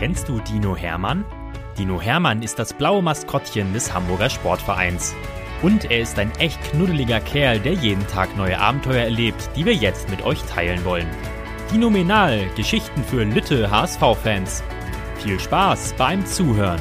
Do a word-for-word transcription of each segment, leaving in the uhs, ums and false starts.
Kennst du Dino Hermann? Dino Hermann ist das blaue Maskottchen des Hamburger Sportvereins. Und er ist ein echt knuddeliger Kerl, der jeden Tag neue Abenteuer erlebt, die wir jetzt mit euch teilen wollen. Dinomenal, Geschichten für Lütte H S V-Fans. Viel Spaß beim Zuhören.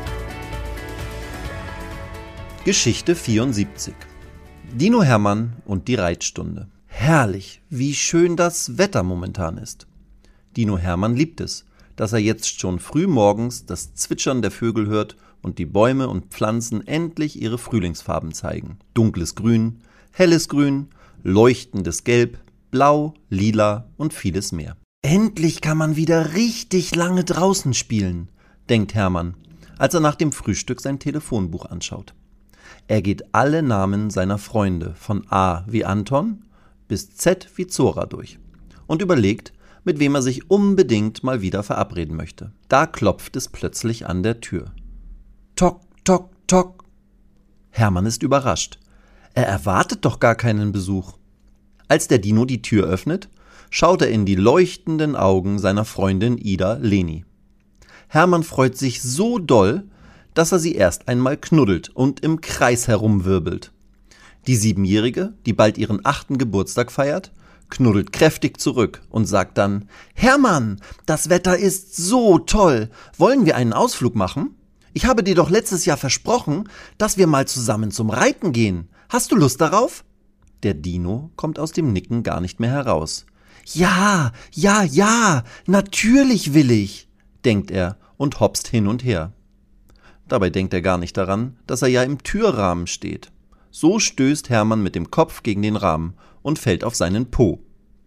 Geschichte vierundsiebzig. Dino Hermann und die Reitstunde. Herrlich, wie schön das Wetter momentan ist. Dino Hermann liebt es, dass er jetzt schon früh morgens das Zwitschern der Vögel hört und die Bäume und Pflanzen endlich ihre Frühlingsfarben zeigen. Dunkles Grün, helles Grün, leuchtendes Gelb, Blau, Lila und vieles mehr. Endlich kann man wieder richtig lange draußen spielen, denkt Hermann, als er nach dem Frühstück sein Telefonbuch anschaut. Er geht alle Namen seiner Freunde von A wie Anton bis Z wie Zora durch und überlegt, mit wem er sich unbedingt mal wieder verabreden möchte. Da klopft es plötzlich an der Tür. Tok, tok, tok. Hermann ist überrascht. Er erwartet doch gar keinen Besuch. Als der Dino die Tür öffnet, schaut er in die leuchtenden Augen seiner Freundin Ida Leni. Hermann freut sich so doll, dass er sie erst einmal knuddelt und im Kreis herumwirbelt. Die Siebenjährige, die bald ihren achten Geburtstag feiert, knuddelt kräftig zurück und sagt dann: Hermann, das Wetter ist so toll. Wollen wir einen Ausflug machen? Ich habe dir doch letztes Jahr versprochen, dass wir mal zusammen zum Reiten gehen. Hast du Lust darauf? Der Dino kommt aus dem Nicken gar nicht mehr heraus. Ja, ja, ja, natürlich will ich, denkt er und hopst hin und her. Dabei denkt er gar nicht daran, dass er ja im Türrahmen steht. So stößt Hermann mit dem Kopf gegen den Rahmen und fällt auf seinen Po.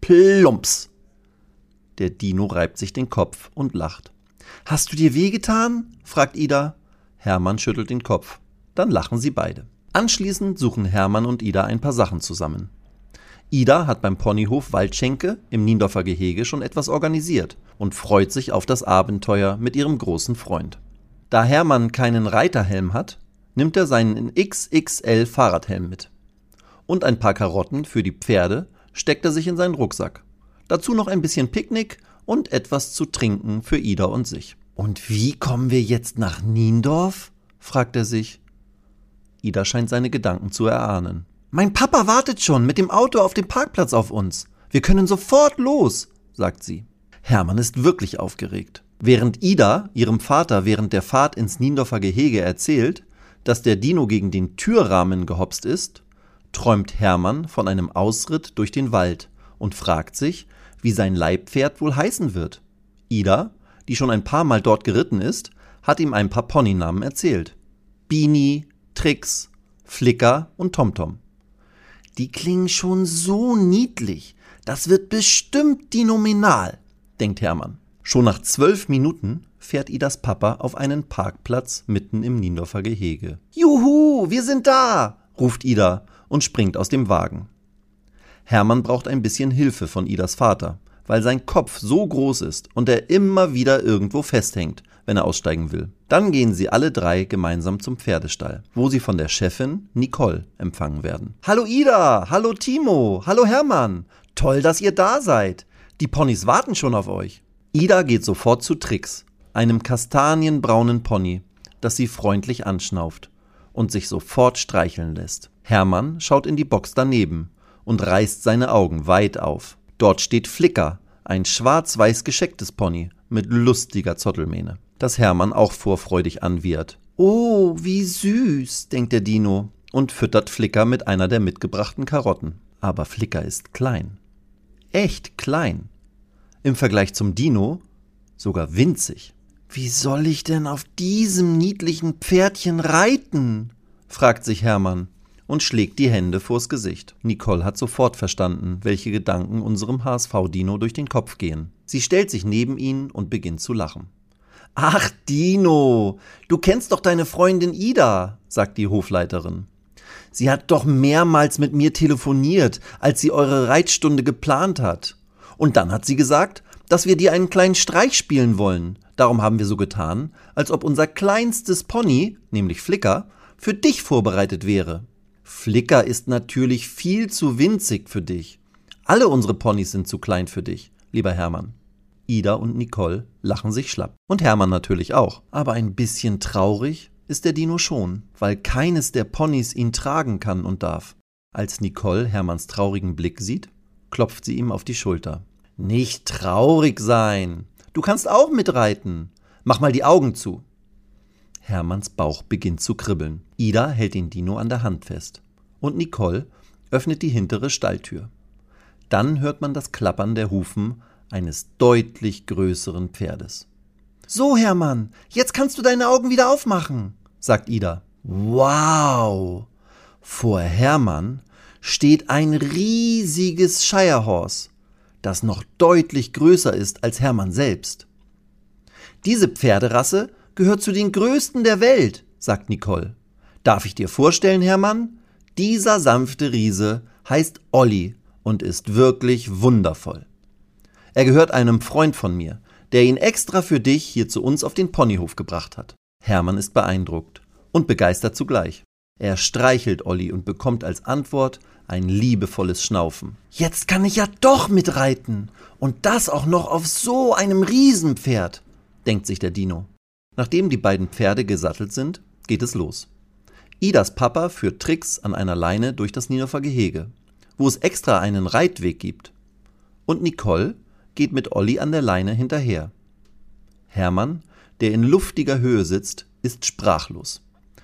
Plumps! Der Dino reibt sich den Kopf und lacht. Hast du dir wehgetan? Fragt Ida. Hermann schüttelt den Kopf. Dann lachen sie beide. Anschließend suchen Hermann und Ida ein paar Sachen zusammen. Ida hat beim Ponyhof Waldschenke im Niendorfer Gehege schon etwas organisiert und freut sich auf das Abenteuer mit ihrem großen Freund. Da Hermann keinen Reiterhelm hat, nimmt er seinen X X L Fahrradhelm mit. Und ein paar Karotten für die Pferde steckt er sich in seinen Rucksack. Dazu noch ein bisschen Picknick und etwas zu trinken für Ida und sich. Und wie kommen wir jetzt nach Niendorf? Fragt er sich. Ida scheint seine Gedanken zu erahnen. Mein Papa wartet schon mit dem Auto auf dem Parkplatz auf uns. Wir können sofort los, sagt sie. Hermann ist wirklich aufgeregt. Während Ida ihrem Vater während der Fahrt ins Niendorfer Gehege erzählt, dass der Dino gegen den Türrahmen gehopst ist, träumt Hermann von einem Ausritt durch den Wald und fragt sich, wie sein Leihpferd wohl heißen wird. Ida, die schon ein paar Mal dort geritten ist, hat ihm ein paar Ponynamen erzählt. Bini, Trix, Flicker und Tomtom. Die klingen schon so niedlich. Das wird bestimmt dinominal, denkt Hermann. Schon nach zwölf Minuten fährt Idas Papa auf einen Parkplatz mitten im Niendorfer Gehege. Juhu, wir sind da, ruft Ida und springt aus dem Wagen. Hermann braucht ein bisschen Hilfe von Idas Vater, weil sein Kopf so groß ist und er immer wieder irgendwo festhängt, wenn er aussteigen will. Dann gehen sie alle drei gemeinsam zum Pferdestall, wo sie von der Chefin Nicole empfangen werden. Hallo Ida, hallo Timo, hallo Hermann, toll, dass ihr da seid. Die Ponys warten schon auf euch. Ida geht sofort zu Trix, einem kastanienbraunen Pony, das sie freundlich anschnauft und sich sofort streicheln lässt. Hermann schaut in die Box daneben und reißt seine Augen weit auf. Dort steht Flicker, ein schwarz-weiß geschecktes Pony mit lustiger Zottelmähne, das Hermann auch vorfreudig anwiehert. Oh, wie süß, denkt der Dino und füttert Flicker mit einer der mitgebrachten Karotten. Aber Flicker ist klein. Echt klein. Im Vergleich zum Dino sogar winzig. Wie soll ich denn auf diesem niedlichen Pferdchen reiten? Fragt sich Hermann und schlägt die Hände vors Gesicht. Nicole hat sofort verstanden, welche Gedanken unserem H S V-Dino durch den Kopf gehen. Sie stellt sich neben ihn und beginnt zu lachen. Ach Dino, du kennst doch deine Freundin Ida, sagt die Hofleiterin. Sie hat doch mehrmals mit mir telefoniert, als sie eure Reitstunde geplant hat. Und dann hat sie gesagt, dass wir dir einen kleinen Streich spielen wollen. Darum haben wir so getan, als ob unser kleinstes Pony, nämlich Flicker, für dich vorbereitet wäre. Flicker ist natürlich viel zu winzig für dich. Alle unsere Ponys sind zu klein für dich, lieber Hermann. Ida und Nicole lachen sich schlapp. Und Hermann natürlich auch. Aber ein bisschen traurig ist der Dino schon, weil keines der Ponys ihn tragen kann und darf. Als Nicole Hermanns traurigen Blick sieht, klopft sie ihm auf die Schulter. Nicht traurig sein. Du kannst auch mitreiten. Mach mal die Augen zu. Hermanns Bauch beginnt zu kribbeln. Ida hält den Dino an der Hand fest. Und Nicole öffnet die hintere Stalltür. Dann hört man das Klappern der Hufen eines deutlich größeren Pferdes. So, Hermann, jetzt kannst du deine Augen wieder aufmachen, sagt Ida. Wow! Vor Hermann steht ein riesiges Shire Horse, das noch deutlich größer ist als Hermann selbst. Diese Pferderasse gehört zu den größten der Welt, sagt Nicole. Darf ich dir vorstellen, Hermann? Dieser sanfte Riese heißt Olli und ist wirklich wundervoll. Er gehört einem Freund von mir, der ihn extra für dich hier zu uns auf den Ponyhof gebracht hat. Hermann ist beeindruckt und begeistert zugleich. Er streichelt Olli und bekommt als Antwort ein liebevolles Schnaufen. Jetzt kann ich ja doch mitreiten und das auch noch auf so einem Riesenpferd, denkt sich der Dino. Nachdem die beiden Pferde gesattelt sind, geht es los. Idas Papa führt Trix an einer Leine durch das Nienhofer Gehege, wo es extra einen Reitweg gibt. Und Nicole geht mit Olli an der Leine hinterher. Hermann, der in luftiger Höhe sitzt, ist sprachlos.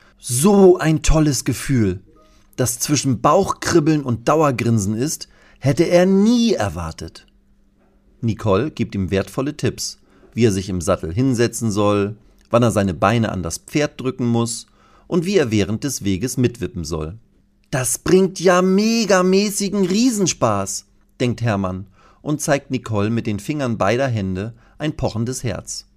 So ein tolles Gefühl, das zwischen Bauchkribbeln und Dauergrinsen ist, hätte er nie erwartet. Nicole gibt ihm wertvolle Tipps, wie er sich im Sattel hinsetzen soll, wann er seine Beine an das Pferd drücken muss und wie er während des Weges mitwippen soll. Das bringt ja megamäßigen Riesenspaß, denkt Hermann und zeigt Nicole mit den Fingern beider Hände ein pochendes Herz.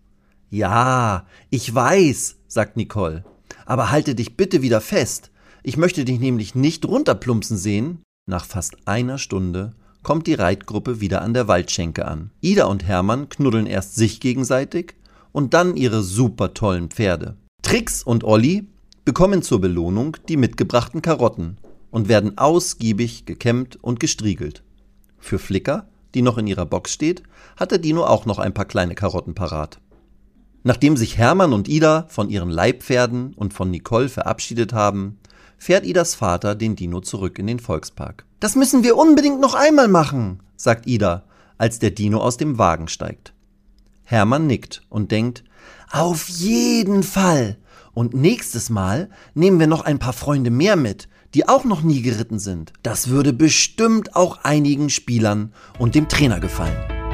Ja, ich weiß, sagt Nicole, aber halte dich bitte wieder fest. Ich möchte dich nämlich nicht runterplumpsen sehen. Nach fast einer Stunde kommt die Reitgruppe wieder an der Waldschenke an. Ida und Hermann knuddeln erst sich gegenseitig und dann ihre super tollen Pferde. Trix und Olli bekommen zur Belohnung die mitgebrachten Karotten und werden ausgiebig gekämmt und gestriegelt. Für Flicker, die noch in ihrer Box steht, hat der Dino auch noch ein paar kleine Karotten parat. Nachdem sich Hermann und Ida von ihren Leihpferden und von Nicole verabschiedet haben, fährt Idas Vater den Dino zurück in den Volkspark. Das müssen wir unbedingt noch einmal machen, sagt Ida, als der Dino aus dem Wagen steigt. Hermann nickt und denkt, auf jeden Fall. Und nächstes Mal nehmen wir noch ein paar Freunde mehr mit, die auch noch nie geritten sind. Das würde bestimmt auch einigen Spielern und dem Trainer gefallen.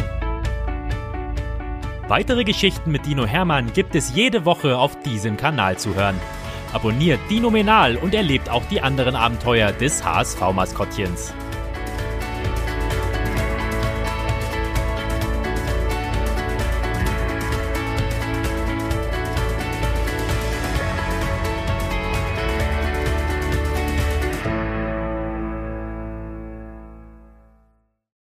Weitere Geschichten mit Dino Hermann gibt es jede Woche auf diesem Kanal zu hören. Abonniert Dinomenal und erlebt auch die anderen Abenteuer des H S V-Maskottchens.